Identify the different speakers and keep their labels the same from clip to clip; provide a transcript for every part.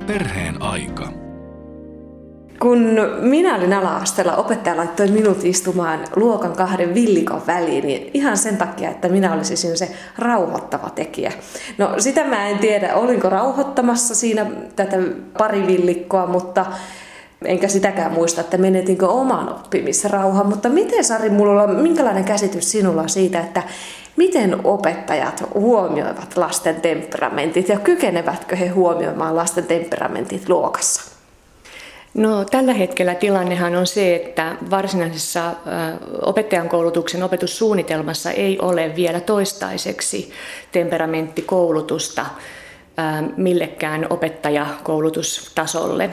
Speaker 1: Perheen aika.
Speaker 2: Kun minä olin ala-asteella, opettaja laittoi minut istumaan luokan 2 villikon väliin, niin ihan sen takia, että minä olisin se rauhoittava tekijä. No sitä mä en tiedä, olinko rauhoittamassa siinä tätä pari villikkoa, mutta enkä sitäkään muista, että menetinkö oman oppimisrauhan. Mutta miten, Sari, minkälainen käsitys sinulla on siitä, että miten opettajat huomioivat lasten temperamentit ja kykenevätkö he huomioimaan lasten temperamentit luokassa?
Speaker 3: No, tällä hetkellä tilannehan on se, että varsinaisessa opettajan koulutuksen opetussuunnitelmassa ei ole vielä toistaiseksi temperamenttikoulutusta millekään opettajakoulutustasolle.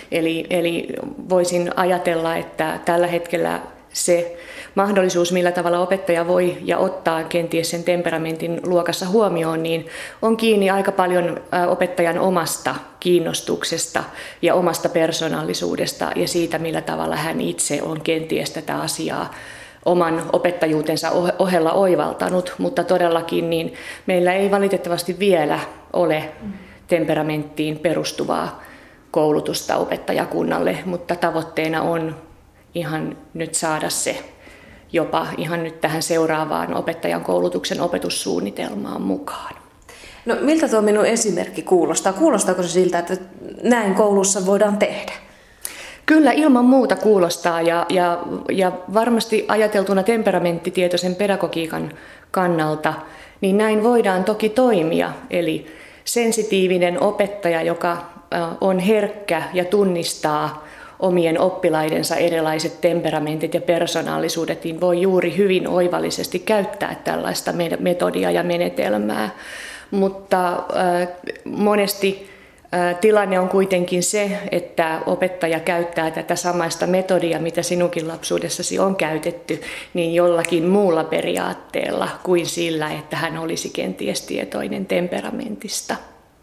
Speaker 3: Eli voisin ajatella, että tällä hetkellä se mahdollisuus, millä tavalla opettaja voi ja ottaa kenties sen temperamentin luokassa huomioon, niin on kiinni aika paljon opettajan omasta kiinnostuksesta ja omasta persoonallisuudesta ja siitä, millä tavalla hän itse on kenties tätä asiaa oman opettajuutensa ohella oivaltanut, mutta todellakin niin meillä ei valitettavasti vielä ole temperamenttiin perustuvaa koulutusta opettajakunnalle, mutta tavoitteena on ihan nyt saada se jopa ihan nyt tähän seuraavaan opettajan koulutuksen opetussuunnitelmaan mukaan.
Speaker 2: No miltä tuo minun esimerkki kuulostaa? Kuulostaako se siltä, että näin koulussa voidaan tehdä?
Speaker 3: Kyllä ilman muuta kuulostaa ja varmasti ajateltuna temperamenttitietoisen pedagogiikan kannalta, niin näin voidaan toki toimia. Eli sensitiivinen opettaja, joka on herkkä ja tunnistaa omien oppilaidensa erilaiset temperamentit ja persoonallisuudet, niin voi juuri hyvin oivallisesti käyttää tällaista metodia ja menetelmää. Mutta monesti tilanne on kuitenkin se, että opettaja käyttää tätä samaista metodia, mitä sinunkin lapsuudessasi on käytetty, niin jollakin muulla periaatteella kuin sillä, että hän olisi kenties tietoinen temperamentista.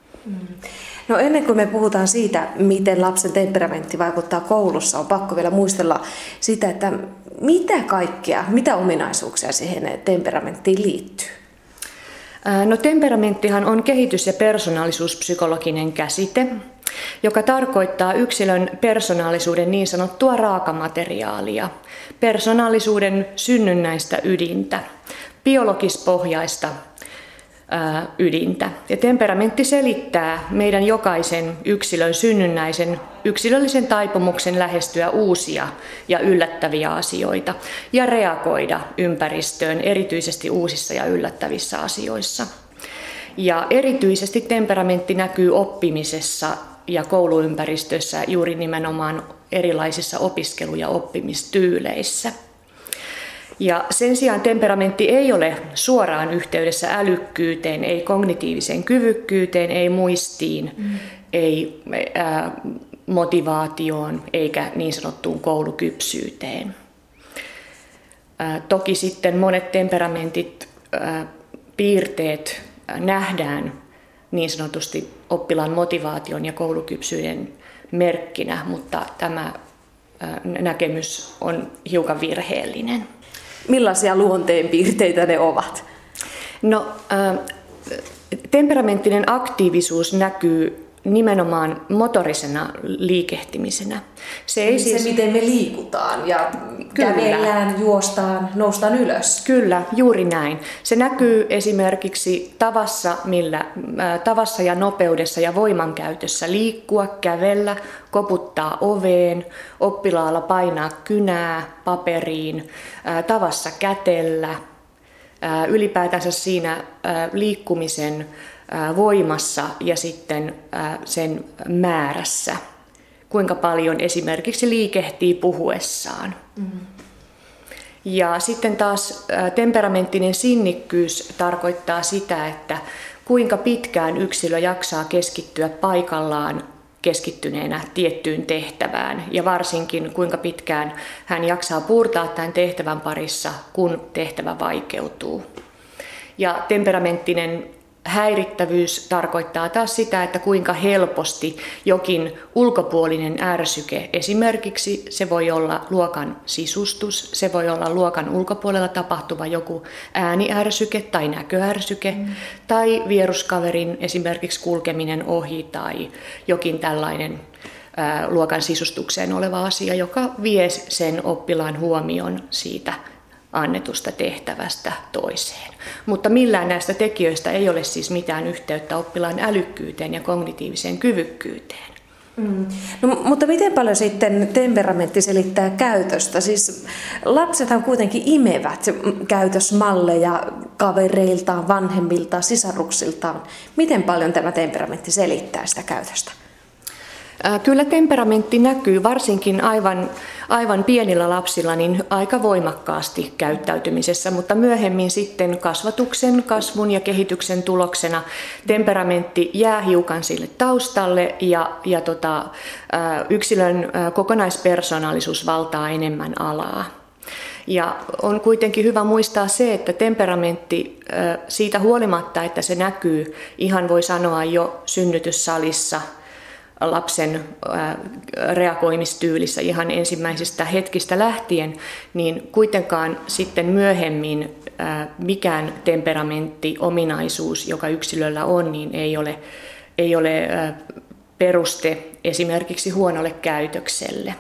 Speaker 2: No ennen kuin me puhutaan siitä, miten lapsen temperamentti vaikuttaa koulussa, on pakko vielä muistella sitä, että mitä ominaisuuksia siihen temperamenttiin liittyy?
Speaker 3: No temperamenttihan on kehitys- ja persoonallisuuspsykologinen käsite, joka tarkoittaa yksilön persoonallisuuden niin sanottua raakamateriaalia, persoonallisuuden synnynnäistä ydintä, biologispohjaista ydintä. Ja temperamentti selittää meidän jokaisen yksilön synnynnäisen yksilöllisen taipumuksen lähestyä uusia ja yllättäviä asioita ja reagoida ympäristöön erityisesti uusissa ja yllättävissä asioissa. Ja erityisesti temperamentti näkyy oppimisessa ja kouluympäristössä juuri nimenomaan erilaisissa opiskelu- ja oppimistyyleissä. Ja sen sijaan temperamentti ei ole suoraan yhteydessä älykkyyteen, ei kognitiiviseen kyvykkyyteen, ei muistiin, ei motivaatioon eikä niin sanottuun koulukypsyyteen. Toki sitten monet temperamentit, piirteet nähdään niin sanotusti oppilaan motivaation ja koulukypsyyden merkkinä, mutta tämä näkemys on hiukan virheellinen.
Speaker 2: Millaisia luonteenpiirteitä ne ovat?
Speaker 3: No, temperamenttinen aktiivisuus näkyy nimenomaan motorisena liikehtimisenä.
Speaker 2: Se miten me liikutaan ja kävellään, juostaan, noustaan ylös.
Speaker 3: Kyllä, juuri näin. Se näkyy esimerkiksi tavassa ja nopeudessa ja voimankäytössä liikkua, kävellä, koputtaa oveen, oppilaalla painaa kynää paperiin, tavassa kätellä, ylipäätänsä siinä liikkumisen voimassa ja sitten sen määrässä, kuinka paljon esimerkiksi liikehtii puhuessaan. Ja sitten taas temperamenttinen sinnikkyys tarkoittaa sitä, että kuinka pitkään yksilö jaksaa keskittyä paikallaan keskittyneenä tiettyyn tehtävään ja varsinkin kuinka pitkään hän jaksaa puurtaa tämän tehtävän parissa, kun tehtävä vaikeutuu. Ja temperamenttinen häirittävyys tarkoittaa taas sitä, että kuinka helposti jokin ulkopuolinen ärsyke, esimerkiksi se voi olla luokan sisustus, se voi olla luokan ulkopuolella tapahtuva joku ääniärsyke tai näköärsyke, tai vieruskaverin esimerkiksi kulkeminen ohi tai jokin tällainen luokan sisustukseen oleva asia, joka vie sen oppilaan huomion siitä annetusta tehtävästä toiseen. Mutta millään näistä tekijöistä ei ole siis mitään yhteyttä oppilaan älykkyyteen ja kognitiiviseen kyvykkyyteen.
Speaker 2: No, mutta miten paljon sitten temperamentti selittää käytöstä? Siis lapsethan kuitenkin imevät käytösmalleja kavereiltaan, vanhemmiltaan, sisaruksiltaan. Miten paljon tämä temperamentti selittää sitä käytöstä?
Speaker 3: Kyllä temperamentti näkyy varsinkin aivan pienillä lapsilla niin aika voimakkaasti käyttäytymisessä, mutta myöhemmin sitten kasvatuksen, kasvun ja kehityksen tuloksena temperamentti jää hiukan sille taustalle ja yksilön kokonaispersoonallisuus valtaa enemmän alaa. Ja on kuitenkin hyvä muistaa se, että temperamentti siitä huolimatta, että se näkyy ihan voi sanoa jo synnytyssalissa, lapsen reagoimistyylissä ihan ensimmäisistä hetkistä lähtien, niin kuitenkaan sitten myöhemmin mikään temperamentti, ominaisuus, joka yksilöllä on, niin ei ole peruste esimerkiksi huonolle käytökselle.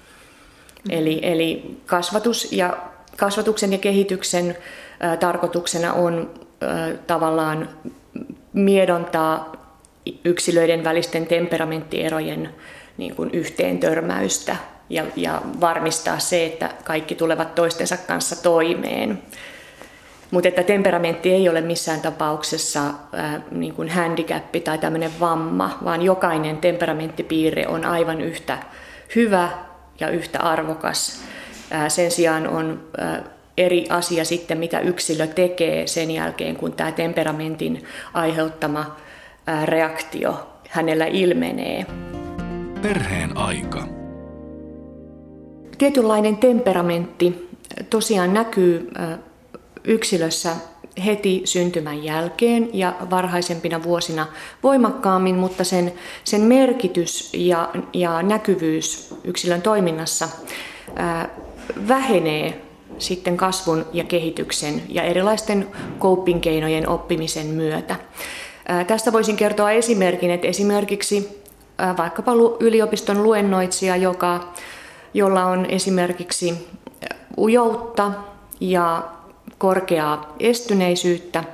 Speaker 3: Eli kasvatuksen ja kehityksen tarkoituksena on tavallaan miedontaa yksilöiden välisten temperamenttierojen niin kuin yhteen törmäystä ja varmistaa se, että kaikki tulevat toistensa kanssa toimeen. Mutta että temperamentti ei ole missään tapauksessa niin kuin handicap tai tämmöinen vamma, vaan jokainen temperamenttipiirre on aivan yhtä hyvä ja yhtä arvokas. Sen sijaan on eri asia sitten, mitä yksilö tekee sen jälkeen, kun tämä temperamentin aiheuttama reaktio hänellä ilmenee.
Speaker 1: Perheen aika.
Speaker 3: Tietynlainen temperamentti tosiaan näkyy yksilössä heti syntymän jälkeen ja varhaisempina vuosina voimakkaammin, mutta sen merkitys ja näkyvyys yksilön toiminnassa vähenee sitten kasvun ja kehityksen ja erilaisten coping-keinojen oppimisen myötä. Tästä voisin kertoa esimerkin, että esimerkiksi vaikkapa yliopiston luennoitsija, jolla on esimerkiksi ujoutta ja korkeaa estyneisyyttä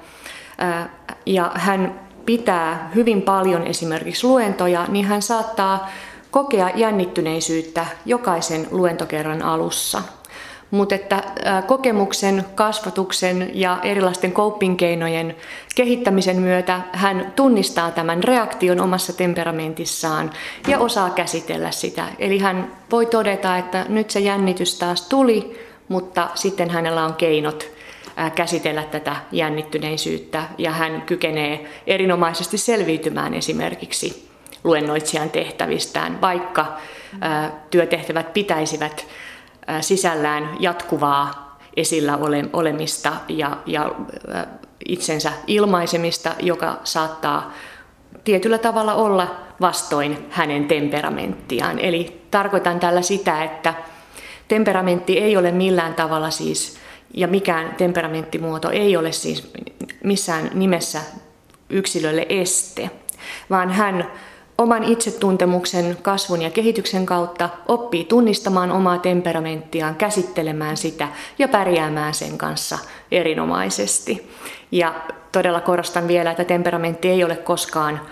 Speaker 3: ja hän pitää hyvin paljon esimerkiksi luentoja, niin hän saattaa kokea jännittyneisyyttä jokaisen luentokerran alussa. Mutta että kokemuksen, kasvatuksen ja erilaisten coping-keinojen kehittämisen myötä hän tunnistaa tämän reaktion omassa temperamentissaan ja osaa käsitellä sitä. Eli hän voi todeta, että nyt se jännitys taas tuli, mutta sitten hänellä on keinot käsitellä tätä jännittyneisyyttä ja hän kykenee erinomaisesti selviytymään esimerkiksi luennoitsijan tehtävistään, vaikka työtehtävät pitäisivät sisällään jatkuvaa esillä olemista ja itsensä ilmaisemista, joka saattaa tietyllä tavalla olla vastoin hänen temperamenttiaan. Eli tarkoitan tällä sitä, että temperamentti ei ole millään tavalla siis, ja mikään temperamenttimuoto ei ole siis missään nimessä yksilölle este, vaan hän oman itsetuntemuksen, kasvun ja kehityksen kautta oppii tunnistamaan omaa temperamenttiaan, käsittelemään sitä ja pärjäämään sen kanssa erinomaisesti. Ja todella korostan vielä, että temperamentti ei ole koskaan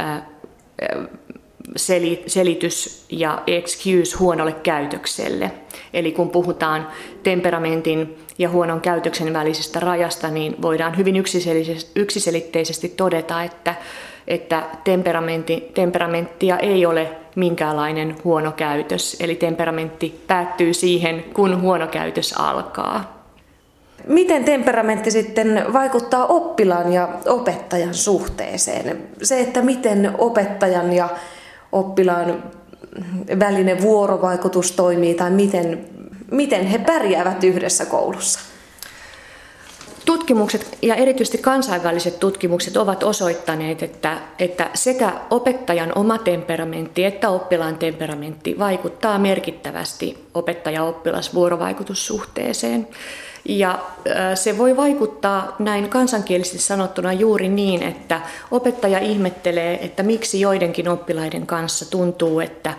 Speaker 3: selitys ja excuse huonolle käytökselle. Eli kun puhutaan temperamentin ja huonon käytöksen välisestä rajasta, niin voidaan hyvin yksiselitteisesti todeta, että temperamenttia ei ole minkäänlainen huono käytös. Eli temperamentti päättyy siihen, kun huono käytös alkaa.
Speaker 2: Miten temperamentti sitten vaikuttaa oppilaan ja opettajan suhteeseen? Se, että miten opettajan ja oppilaan välinen vuorovaikutus toimii tai miten he pärjäävät yhdessä koulussa?
Speaker 3: Tutkimukset ja erityisesti kansainväliset tutkimukset ovat osoittaneet, että sekä opettajan oma temperamentti että oppilaan temperamentti vaikuttaa merkittävästi opettaja-oppilas-vuorovaikutussuhteeseen. Ja se voi vaikuttaa näin kansankielisesti sanottuna juuri niin, että opettaja ihmettelee, että miksi joidenkin oppilaiden kanssa tuntuu, että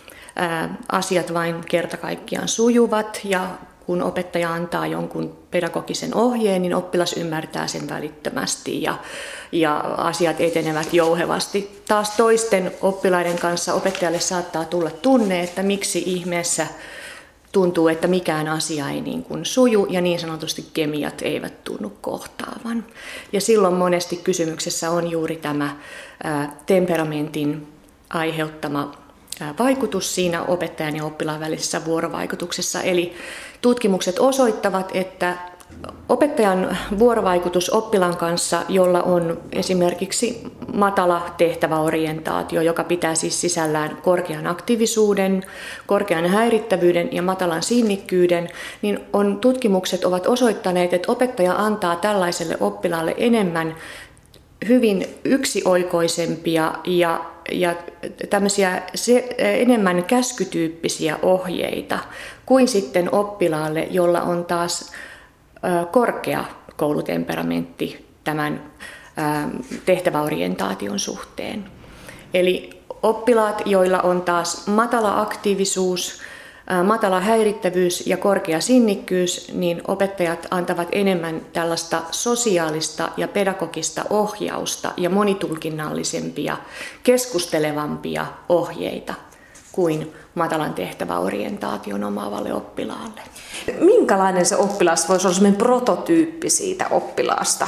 Speaker 3: asiat vain kerta kaikkiaan sujuvat ja kun opettaja antaa jonkun pedagogisen ohjeen, niin oppilas ymmärtää sen välittömästi ja asiat etenevät jouhevasti. Taas toisten oppilaiden kanssa opettajalle saattaa tulla tunne, että miksi ihmeessä tuntuu, että mikään asia ei niin kuin suju ja niin sanotusti kemiat eivät tunnu kohtaavan. Ja silloin monesti kysymyksessä on juuri tämä temperamentin aiheuttama vaikutus siinä opettajan ja oppilaan välisessä vuorovaikutuksessa. Eli tutkimukset osoittavat, että opettajan vuorovaikutus oppilaan kanssa, jolla on esimerkiksi matala tehtäväorientaatio, joka pitää siis sisällään korkean aktiivisuuden, korkean häirittävyyden ja matalan sinnikkyyden, niin tutkimukset ovat osoittaneet, että opettaja antaa tällaiselle oppilaalle enemmän hyvin yksioikoisempia ja tämmöisiä enemmän käskytyyppisiä ohjeita kuin sitten oppilaalle, jolla on taas korkea koulutemperamentti tämän tehtäväorientaation suhteen. Eli oppilaat, joilla on taas matala aktiivisuus, matala häirittävyys ja korkea sinnikkyys, niin opettajat antavat enemmän tällaista sosiaalista ja pedagogista ohjausta ja monitulkinnallisempia, keskustelevampia ohjeita kuin matalan tehtäväorientaation omaavalle oppilaalle.
Speaker 2: Minkälainen se oppilas voisi olla sellainen prototyyppi siitä oppilaasta?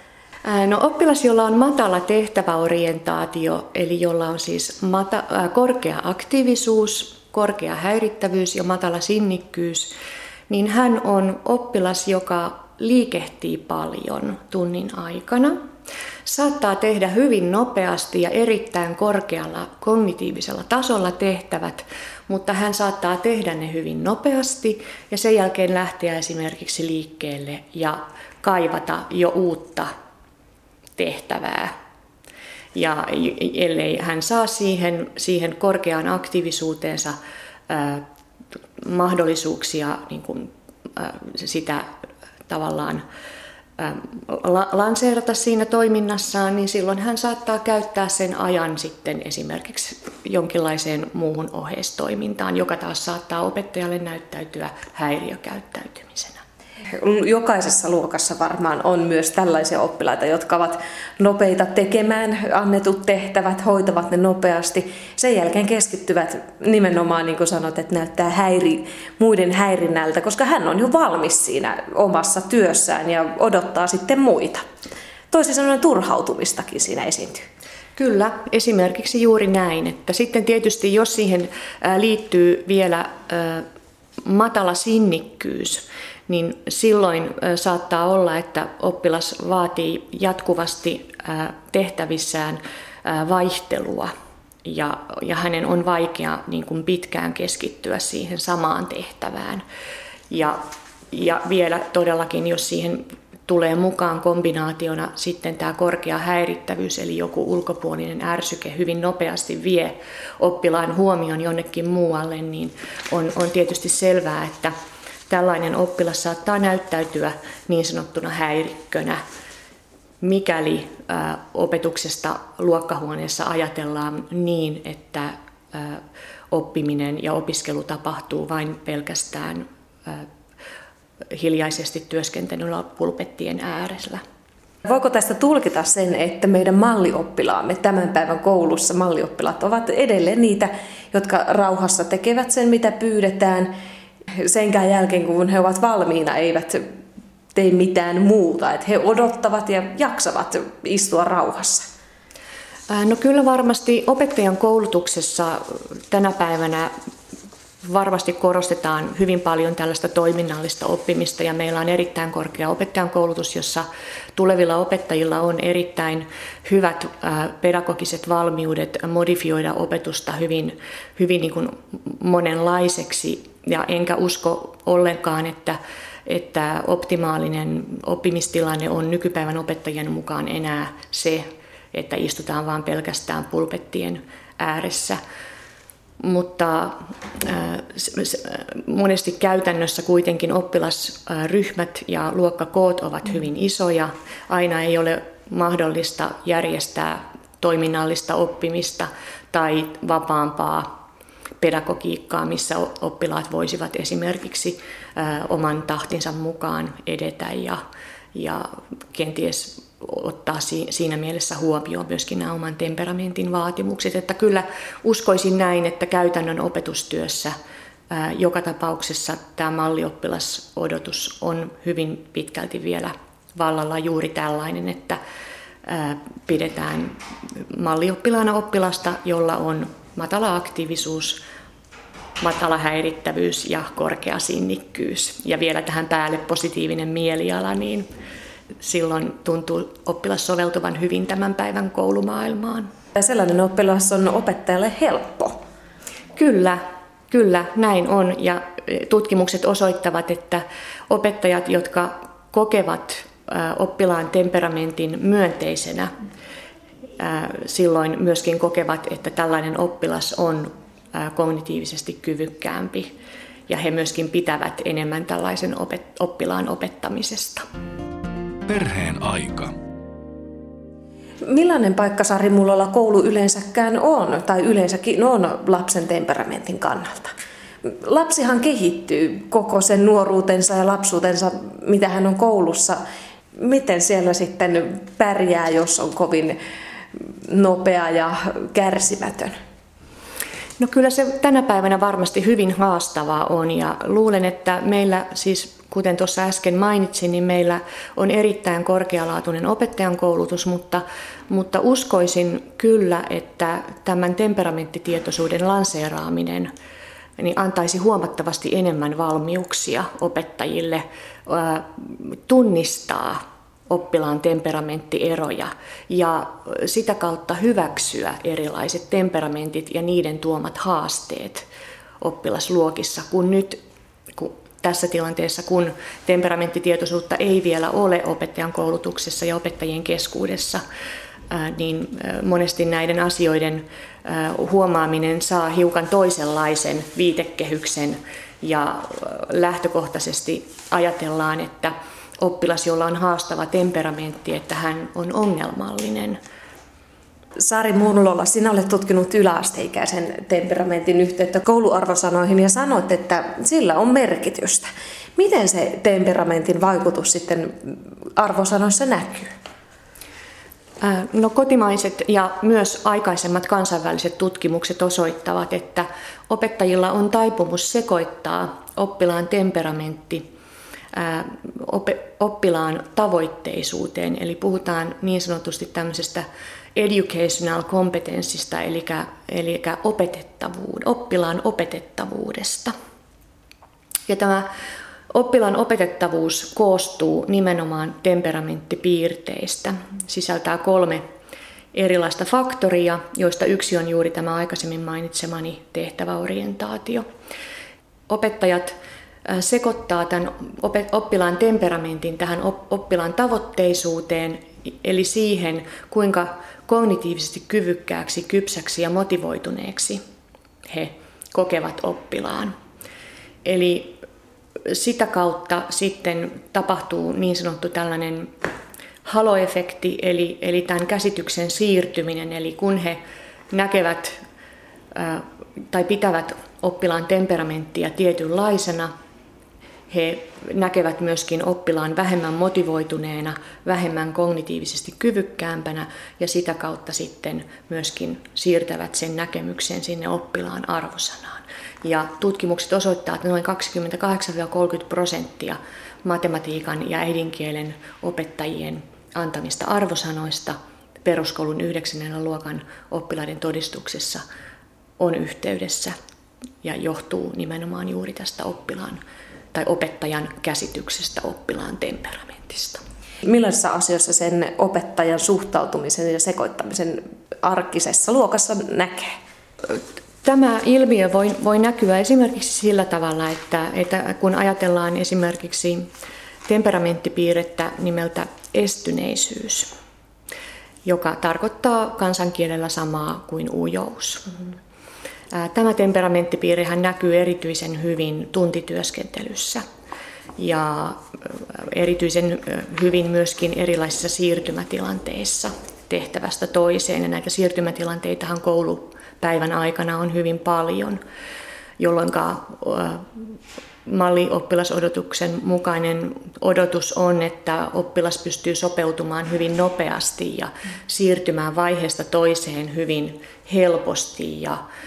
Speaker 3: No, oppilas, jolla on matala tehtäväorientaatio, eli jolla on siis korkea aktiivisuus, korkea häirittävyys ja matala sinnikkyys, niin hän on oppilas, joka liikehtii paljon tunnin aikana, saattaa tehdä hyvin nopeasti ja erittäin korkealla kognitiivisella tasolla tehtävät, mutta hän saattaa tehdä ne hyvin nopeasti ja sen jälkeen lähteä esimerkiksi liikkeelle ja kaivata jo uutta tehtävää. Ja ellei hän saa siihen korkeaan aktiivisuuteensa mahdollisuuksia niin kuin, sitä tavallaan lanseerata siinä toiminnassaan, niin silloin hän saattaa käyttää sen ajan sitten esimerkiksi jonkinlaiseen muuhun oheistoimintaan, joka taas saattaa opettajalle näyttäytyä häiriökäyttäytymisenä.
Speaker 2: Jokaisessa luokassa varmaan on myös tällaisia oppilaita, jotka ovat nopeita tekemään annetut tehtävät, hoitavat ne nopeasti. Sen jälkeen keskittyvät nimenomaan, niin kuin sanot, että näyttää muiden häirinnältä, koska hän on jo valmis siinä omassa työssään ja odottaa sitten muita. Toisin sanoen turhautumistakin siinä esiintyy.
Speaker 3: Kyllä, esimerkiksi juuri näin. Että sitten tietysti jos siihen liittyy vielä matala sinnikkyys, niin silloin saattaa olla, että oppilas vaatii jatkuvasti tehtävissään vaihtelua ja hänen on vaikea niin kuin pitkään keskittyä siihen samaan tehtävään. Ja vielä todellakin, jos siihen tulee mukaan kombinaationa sitten tämä korkea häirittävyys, eli joku ulkopuolinen ärsyke hyvin nopeasti vie oppilaan huomion jonnekin muualle, niin on tietysti selvää, että tällainen oppilas saattaa näyttäytyä niin sanottuna häirikkönä, mikäli opetuksesta luokkahuoneessa ajatellaan niin, että oppiminen ja opiskelu tapahtuu vain pelkästään hiljaisesti työskentelyllä pulpettien äärellä.
Speaker 2: Voiko tästä tulkita sen, että meidän mallioppilaamme tämän päivän koulussa, mallioppilaat ovat edelleen niitä, jotka rauhassa tekevät sen, mitä pyydetään, senkään jälkeen, kun he ovat valmiina, eivät tee mitään muuta, että he odottavat ja jaksavat istua rauhassa?
Speaker 3: No kyllä varmasti opettajan koulutuksessa tänä päivänä varmasti korostetaan hyvin paljon tällaista toiminnallista oppimista ja meillä on erittäin korkea opettajan koulutus, jossa tulevilla opettajilla on erittäin hyvät pedagogiset valmiudet modifioida opetusta hyvin niin kuin monenlaiseksi ja enkä usko ollenkaan, että optimaalinen oppimistilanne on nykypäivän opettajien mukaan enää se, että istutaan vain pelkästään pulpettien ääressä. Mutta monesti käytännössä kuitenkin oppilasryhmät ja luokkakoot ovat hyvin isoja. Aina ei ole mahdollista järjestää toiminnallista oppimista tai vapaampaa pedagogiikkaa, missä oppilaat voisivat esimerkiksi oman tahtinsa mukaan edetä ja kenties ottaa siinä mielessä huomioon myöskin nämä oman temperamentin vaatimukset. Että kyllä uskoisin näin, että käytännön opetustyössä joka tapauksessa tämä mallioppilasodotus on hyvin pitkälti vielä vallalla juuri tällainen, että pidetään mallioppilaana oppilasta, jolla on matala aktiivisuus, matala häirittävyys ja korkea sinnikkyys. Ja vielä tähän päälle positiivinen mieliala, niin silloin tuntuu oppilas soveltuvan hyvin tämän päivän koulumaailmaan.
Speaker 2: Ja sellainen oppilas on opettajalle helppo.
Speaker 3: Kyllä, näin on. Ja tutkimukset osoittavat, että opettajat, jotka kokevat oppilaan temperamentin myönteisenä, silloin myöskin kokevat, että tällainen oppilas on kognitiivisesti kyvykkäämpi. Ja he myöskin pitävät enemmän tällaisen oppilaan opettamisesta.
Speaker 1: Perheen aika.
Speaker 2: Millainen paikka Sari Mullola koulu yleensäkään on, tai yleensäkin on lapsen temperamentin kannalta? Lapsihan kehittyy koko sen nuoruutensa ja lapsuutensa, mitä hän on koulussa. Miten siellä sitten pärjää, jos on kovin nopea ja kärsimätön?
Speaker 3: No kyllä se tänä päivänä varmasti hyvin haastavaa on, ja luulen, että meillä siis, kuten tuossa äsken mainitsin, niin meillä on erittäin korkealaatuinen opettajan koulutus, mutta uskoisin kyllä, että tämän temperamenttitietoisuuden lanseeraaminen niin antaisi huomattavasti enemmän valmiuksia opettajille tunnistaa oppilaan temperamenttieroja ja sitä kautta hyväksyä erilaiset temperamentit ja niiden tuomat haasteet oppilasluokissa, kun nyt tässä tilanteessa, kun temperamenttitietoisuutta ei vielä ole opettajan koulutuksessa ja opettajien keskuudessa, niin monesti näiden asioiden huomaaminen saa hiukan toisenlaisen viitekehyksen ja lähtökohtaisesti ajatellaan, että oppilas, jolla on haastava temperamentti, että hän on ongelmallinen.
Speaker 2: Sari Mullola, sinä olet tutkinut yläasteikäisen temperamentin yhteyttä kouluarvosanoihin ja sanoit, että sillä on merkitystä. Miten se temperamentin vaikutus sitten arvosanoissa näkyy?
Speaker 3: No kotimaiset ja myös aikaisemmat kansainväliset tutkimukset osoittavat, että opettajilla on taipumus sekoittaa oppilaan temperamentti oppilaan tavoitteisuuteen, eli puhutaan niin sanotusti tämmöisestä educational competenssista, eli oppilaan opetettavuudesta. Ja tämä oppilaan opetettavuus koostuu nimenomaan temperamenttipiirteistä, sisältää 3 erilaista faktoria, joista yksi on juuri tämä aikaisemmin mainitsemani tehtäväorientaatio. Opettajat sekoittaa tämän oppilaan temperamentin tähän oppilaan tavoitteisuuteen, eli siihen, kuinka kognitiivisesti kyvykkääksi, kypsäksi ja motivoituneeksi he kokevat oppilaan. Eli sitä kautta sitten tapahtuu niin sanottu tällainen halo-efekti, eli tämän käsityksen siirtyminen, eli kun he näkevät tai pitävät oppilaan temperamenttia tietynlaisena, he näkevät myöskin oppilaan vähemmän motivoituneena, vähemmän kognitiivisesti kyvykkäämpänä ja sitä kautta sitten myöskin siirtävät sen näkemyksen sinne oppilaan arvosanaan. Ja tutkimukset osoittaa, että noin 28-30% matematiikan ja äidinkielen opettajien antamista arvosanoista peruskoulun 9. luokan oppilaiden todistuksessa on yhteydessä ja johtuu nimenomaan juuri tästä opettajan käsityksestä oppilaan temperamentista.
Speaker 2: Millaisissa asioissa sen opettajan suhtautumisen ja sekoittamisen arkisessa luokassa näkee?
Speaker 3: Tämä ilmiö voi näkyä esimerkiksi sillä tavalla, että kun ajatellaan esimerkiksi temperamenttipiirrettä nimeltä estyneisyys, joka tarkoittaa kansankielellä samaa kuin ujous. Tämä temperamenttipiirrehän näkyy erityisen hyvin tuntityöskentelyssä ja erityisen hyvin myöskin erilaisissa siirtymätilanteissa tehtävästä toiseen. Ja näitä siirtymätilanteitahan koulupäivän aikana on hyvin paljon, jolloin mallioppilasodotuksen mukainen odotus on, että oppilas pystyy sopeutumaan hyvin nopeasti ja siirtymään vaiheesta toiseen hyvin helposti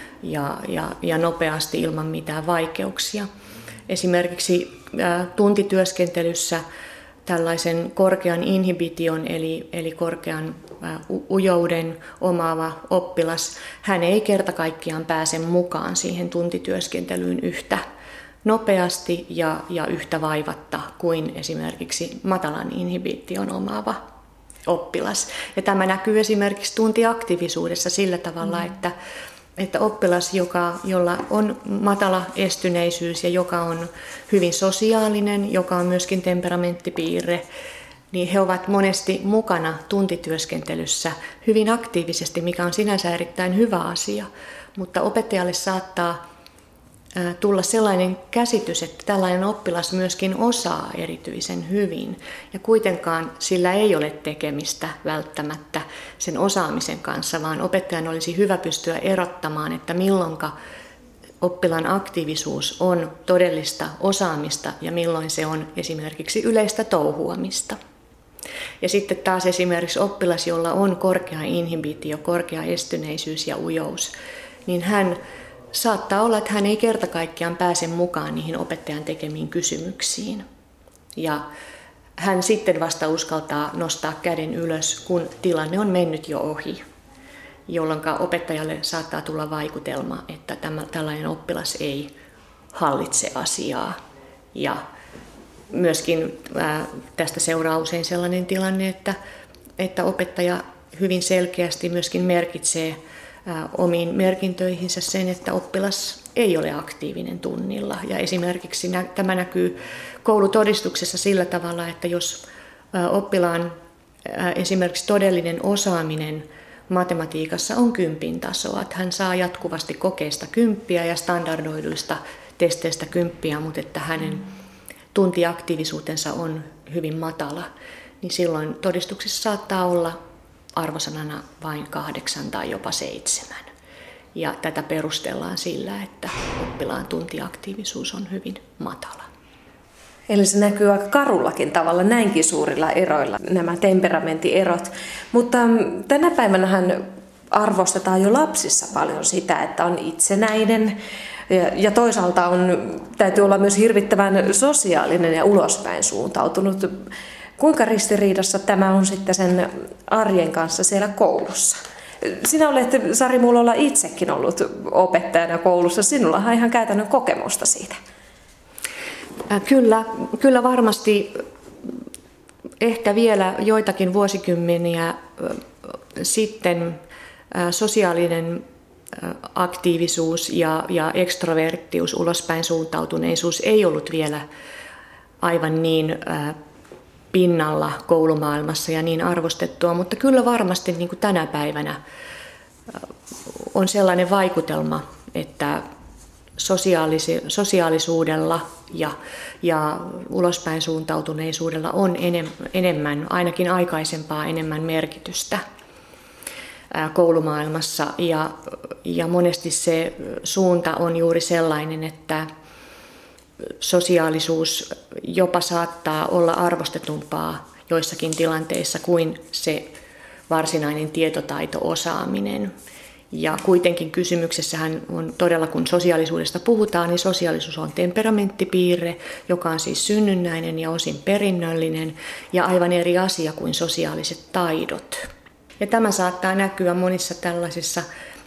Speaker 3: ja nopeasti ilman mitään vaikeuksia. Esimerkiksi tuntityöskentelyssä tällaisen korkean inhibition eli korkean ujouden omaava oppilas, hän ei kerta kaikkiaan pääse mukaan siihen tuntityöskentelyyn yhtä nopeasti ja yhtä vaivatta kuin esimerkiksi matalan inhibition omaava oppilas. Ja tämä näkyy esimerkiksi tuntiaktiivisuudessa sillä tavalla, että oppilas, jolla on matala estyneisyys ja joka on hyvin sosiaalinen, joka on myöskin temperamenttipiirre, niin he ovat monesti mukana tuntityöskentelyssä hyvin aktiivisesti, mikä on sinänsä erittäin hyvä asia, mutta opettajalle saattaa tulla sellainen käsitys, että tällainen oppilas myöskin osaa erityisen hyvin ja kuitenkaan sillä ei ole tekemistä välttämättä sen osaamisen kanssa, vaan opettajan olisi hyvä pystyä erottamaan, että milloinka oppilaan aktiivisuus on todellista osaamista ja milloin se on esimerkiksi yleistä touhuamista. Ja sitten taas esimerkiksi oppilas, jolla on korkea inhibitio, korkea estyneisyys ja ujous, niin hän saattaa olla, että hän ei kerta kaikkiaan pääse mukaan niihin opettajan tekemiin kysymyksiin. Ja hän sitten vasta uskaltaa nostaa käden ylös, kun tilanne on mennyt jo ohi, jolloin opettajalle saattaa tulla vaikutelma, että tällainen oppilas ei hallitse asiaa. Ja myöskin tästä seuraa usein sellainen tilanne, että opettaja hyvin selkeästi myöskin merkitsee omiin merkintöihinsä sen, että oppilas ei ole aktiivinen tunnilla. Ja esimerkiksi tämä näkyy koulutodistuksessa sillä tavalla, että jos oppilaan esimerkiksi todellinen osaaminen matematiikassa on 10 tasoa, että hän saa jatkuvasti kokeista 10 ja standardoiduista testeistä 10, mutta että hänen tuntiaktiivisuutensa on hyvin matala, niin silloin todistuksessa saattaa olla arvosanana vain 8 tai jopa 7. Ja tätä perustellaan sillä, että oppilaan tuntiaktiivisuus on hyvin matala.
Speaker 2: Eli se näkyy aika karullakin tavalla, näinkin suurilla eroilla, nämä temperamentierot. Mutta tänä päivänähän arvostetaan jo lapsissa paljon sitä, että on itsenäinen ja toisaalta täytyy olla myös hirvittävän sosiaalinen ja ulospäin suuntautunut. Kuinka ristiriidassa tämä on sitten sen arjen kanssa siellä koulussa? Sinä olet, Sari Mullola, itsekin ollut opettajana koulussa. Sinulla on ihan käytännön kokemusta siitä.
Speaker 3: Kyllä varmasti ehkä vielä joitakin vuosikymmeniä sitten sosiaalinen aktiivisuus ja ekstroverttius, ulospäin suuntautuneisuus ei ollut vielä aivan niin pinnalla koulumaailmassa ja niin arvostettua, mutta kyllä varmasti niin kuin tänä päivänä on sellainen vaikutelma, että sosiaalisuudella ja ulospäin suuntautuneisuudella on enemmän, ainakin aikaisempaa enemmän merkitystä koulumaailmassa ja monesti se suunta on juuri sellainen, että sosiaalisuus jopa saattaa olla arvostetumpaa joissakin tilanteissa kuin se varsinainen tietotaito-osaaminen. Ja kuitenkin kysymyksessähän on todella, kun sosiaalisuudesta puhutaan, niin sosiaalisuus on temperamenttipiirre, joka on siis synnynnäinen ja osin perinnöllinen ja aivan eri asia kuin sosiaaliset taidot. Ja tämä saattaa näkyä monissa tällaisissa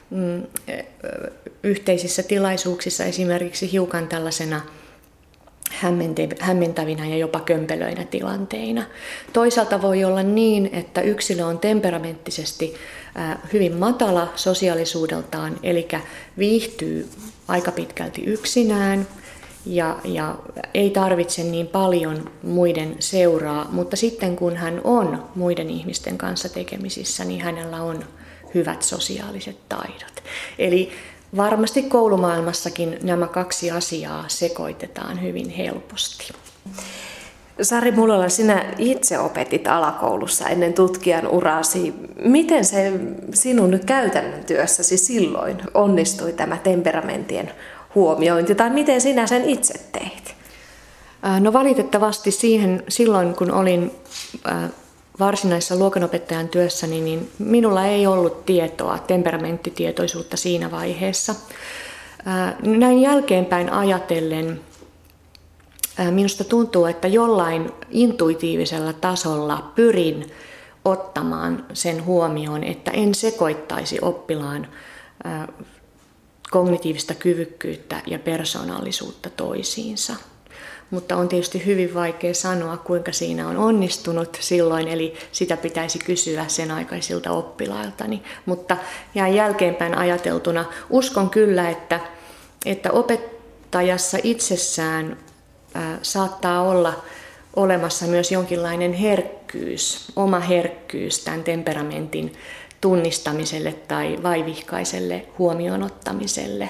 Speaker 3: yhteisissä tilaisuuksissa esimerkiksi hiukan tällaisena hämmentävinä ja jopa kömpelöinä tilanteina. Toisaalta voi olla niin, että yksilö on temperamenttisesti hyvin matala sosiaalisuudeltaan, eli viihtyy aika pitkälti yksinään ja ei tarvitse niin paljon muiden seuraa, mutta sitten kun hän on muiden ihmisten kanssa tekemisissä, niin hänellä on hyvät sosiaaliset taidot. Eli varmasti koulumaailmassakin nämä kaksi asiaa sekoitetaan hyvin helposti.
Speaker 2: Sari Mullola, sinä itse opetit alakoulussa ennen tutkijan urasi. Miten se sinun käytännön työssäsi silloin onnistui tämä temperamenttien huomiointi, tai miten sinä sen itse teit?
Speaker 3: No valitettavasti silloin, kun olin varsinaisessa luokanopettajan työssäni, niin minulla ei ollut tietoa, temperamenttitietoisuutta siinä vaiheessa. Näin jälkeenpäin ajatellen minusta tuntuu, että jollain intuitiivisella tasolla pyrin ottamaan sen huomioon, että en sekoittaisi oppilaan kognitiivista kyvykkyyttä ja persoonallisuutta toisiinsa. Mutta on tietysti hyvin vaikea sanoa, kuinka siinä on onnistunut silloin, eli sitä pitäisi kysyä sen aikaisilta oppilailtani. Mutta jään jälkeenpäin ajateltuna uskon kyllä, että opettajassa itsessään saattaa olla olemassa myös jonkinlainen herkkyys, oma herkkyys tämän temperamentin tunnistamiselle tai vaivihkaiselle huomioon ottamiselle.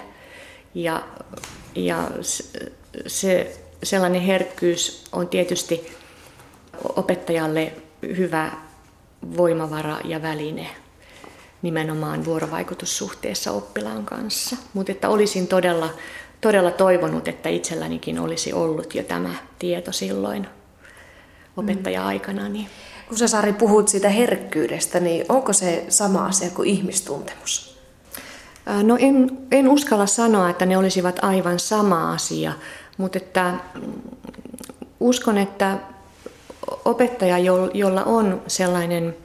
Speaker 3: Ja se sellainen herkkyys on tietysti opettajalle hyvä voimavara ja väline nimenomaan vuorovaikutussuhteessa oppilaan kanssa. Mutta että olisin todella toivonut, että itsellänikin olisi ollut jo tämä tieto silloin opettaja-aikanani.
Speaker 2: Kun sä, Sari, puhut siitä herkkyydestä, niin onko se sama asia kuin ihmistuntemus?
Speaker 3: No en uskalla sanoa, että ne olisivat aivan sama asia, mutta että uskon, että opettaja, jolla on sellainen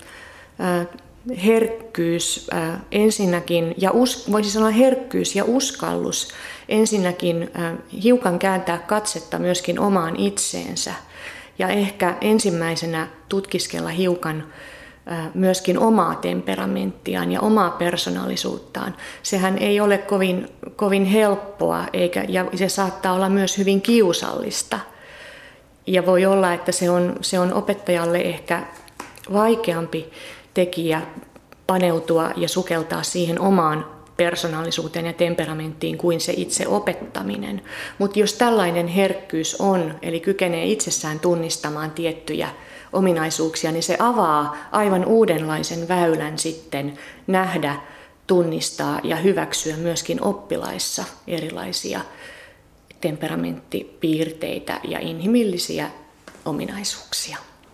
Speaker 3: herkkyys ensinnäkin, ja voisi sanoa herkkyys ja uskallus ensinnäkin hiukan kääntää katsetta myöskin omaan itseensä ja ehkä ensimmäisenä tutkiskella hiukan myöskin omaa temperamenttiaan ja omaa persoonallisuuttaan. Sehän ei ole kovin helppoa ja se saattaa olla myös hyvin kiusallista. Ja voi olla, että se on opettajalle ehkä vaikeampi tekijä paneutua ja sukeltaa siihen omaan persoonallisuuteen ja temperamenttiin kuin se itse opettaminen. Mutta jos tällainen herkkyys on, eli kykenee itsessään tunnistamaan tiettyjä ominaisuuksia, niin se avaa aivan uudenlaisen väylän sitten nähdä, tunnistaa ja hyväksyä myöskin oppilaissa erilaisia temperamenttipiirteitä ja inhimillisiä ominaisuuksia.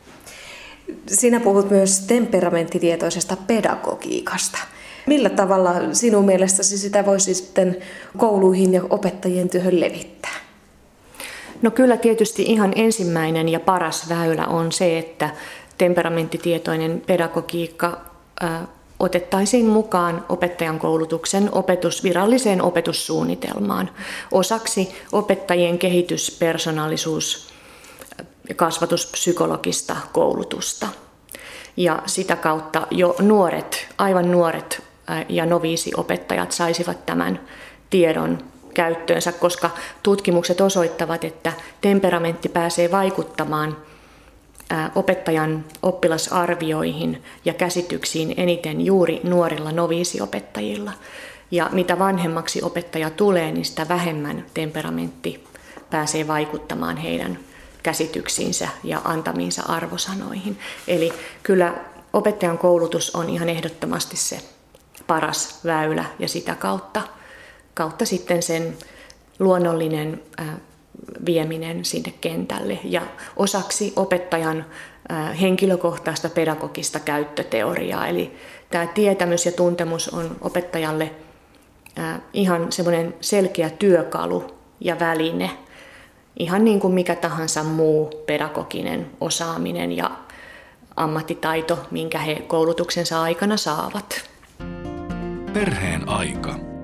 Speaker 2: Sinä puhut myös temperamenttitietoisesta pedagogiikasta. Millä tavalla sinun mielestäsi sitä voisi sitten kouluihin ja opettajien työhön levittää?
Speaker 3: No kyllä tietysti ihan ensimmäinen ja paras väylä on se, että temperamenttitietoinen pedagogiikka otettaisiin mukaan opettajan koulutuksen viralliseen opetussuunnitelmaan osaksi opettajien kehityspersonaalisuus- ja kasvatuspsykologista koulutusta. Ja sitä kautta jo aivan nuoret ja noviisiopettajat saisivat tämän tiedon käyttöönsä, koska tutkimukset osoittavat, että temperamentti pääsee vaikuttamaan opettajan oppilasarvioihin ja käsityksiin eniten juuri nuorilla noviisiopettajilla. Ja mitä vanhemmaksi opettaja tulee, niin sitä vähemmän temperamentti pääsee vaikuttamaan heidän käsityksiinsä ja antamiinsa arvosanoihin. Eli kyllä opettajan koulutus on ihan ehdottomasti se paras väylä ja sitä kautta sitten sen luonnollinen vieminen sinne kentälle ja osaksi opettajan henkilökohtaista pedagogista käyttöteoriaa. Eli tämä tietämys ja tuntemus on opettajalle ihan semmoinen selkeä työkalu ja väline, ihan niin kuin mikä tahansa muu pedagoginen osaaminen ja ammattitaito, minkä he koulutuksensa aikana saavat.
Speaker 1: Perheen aika.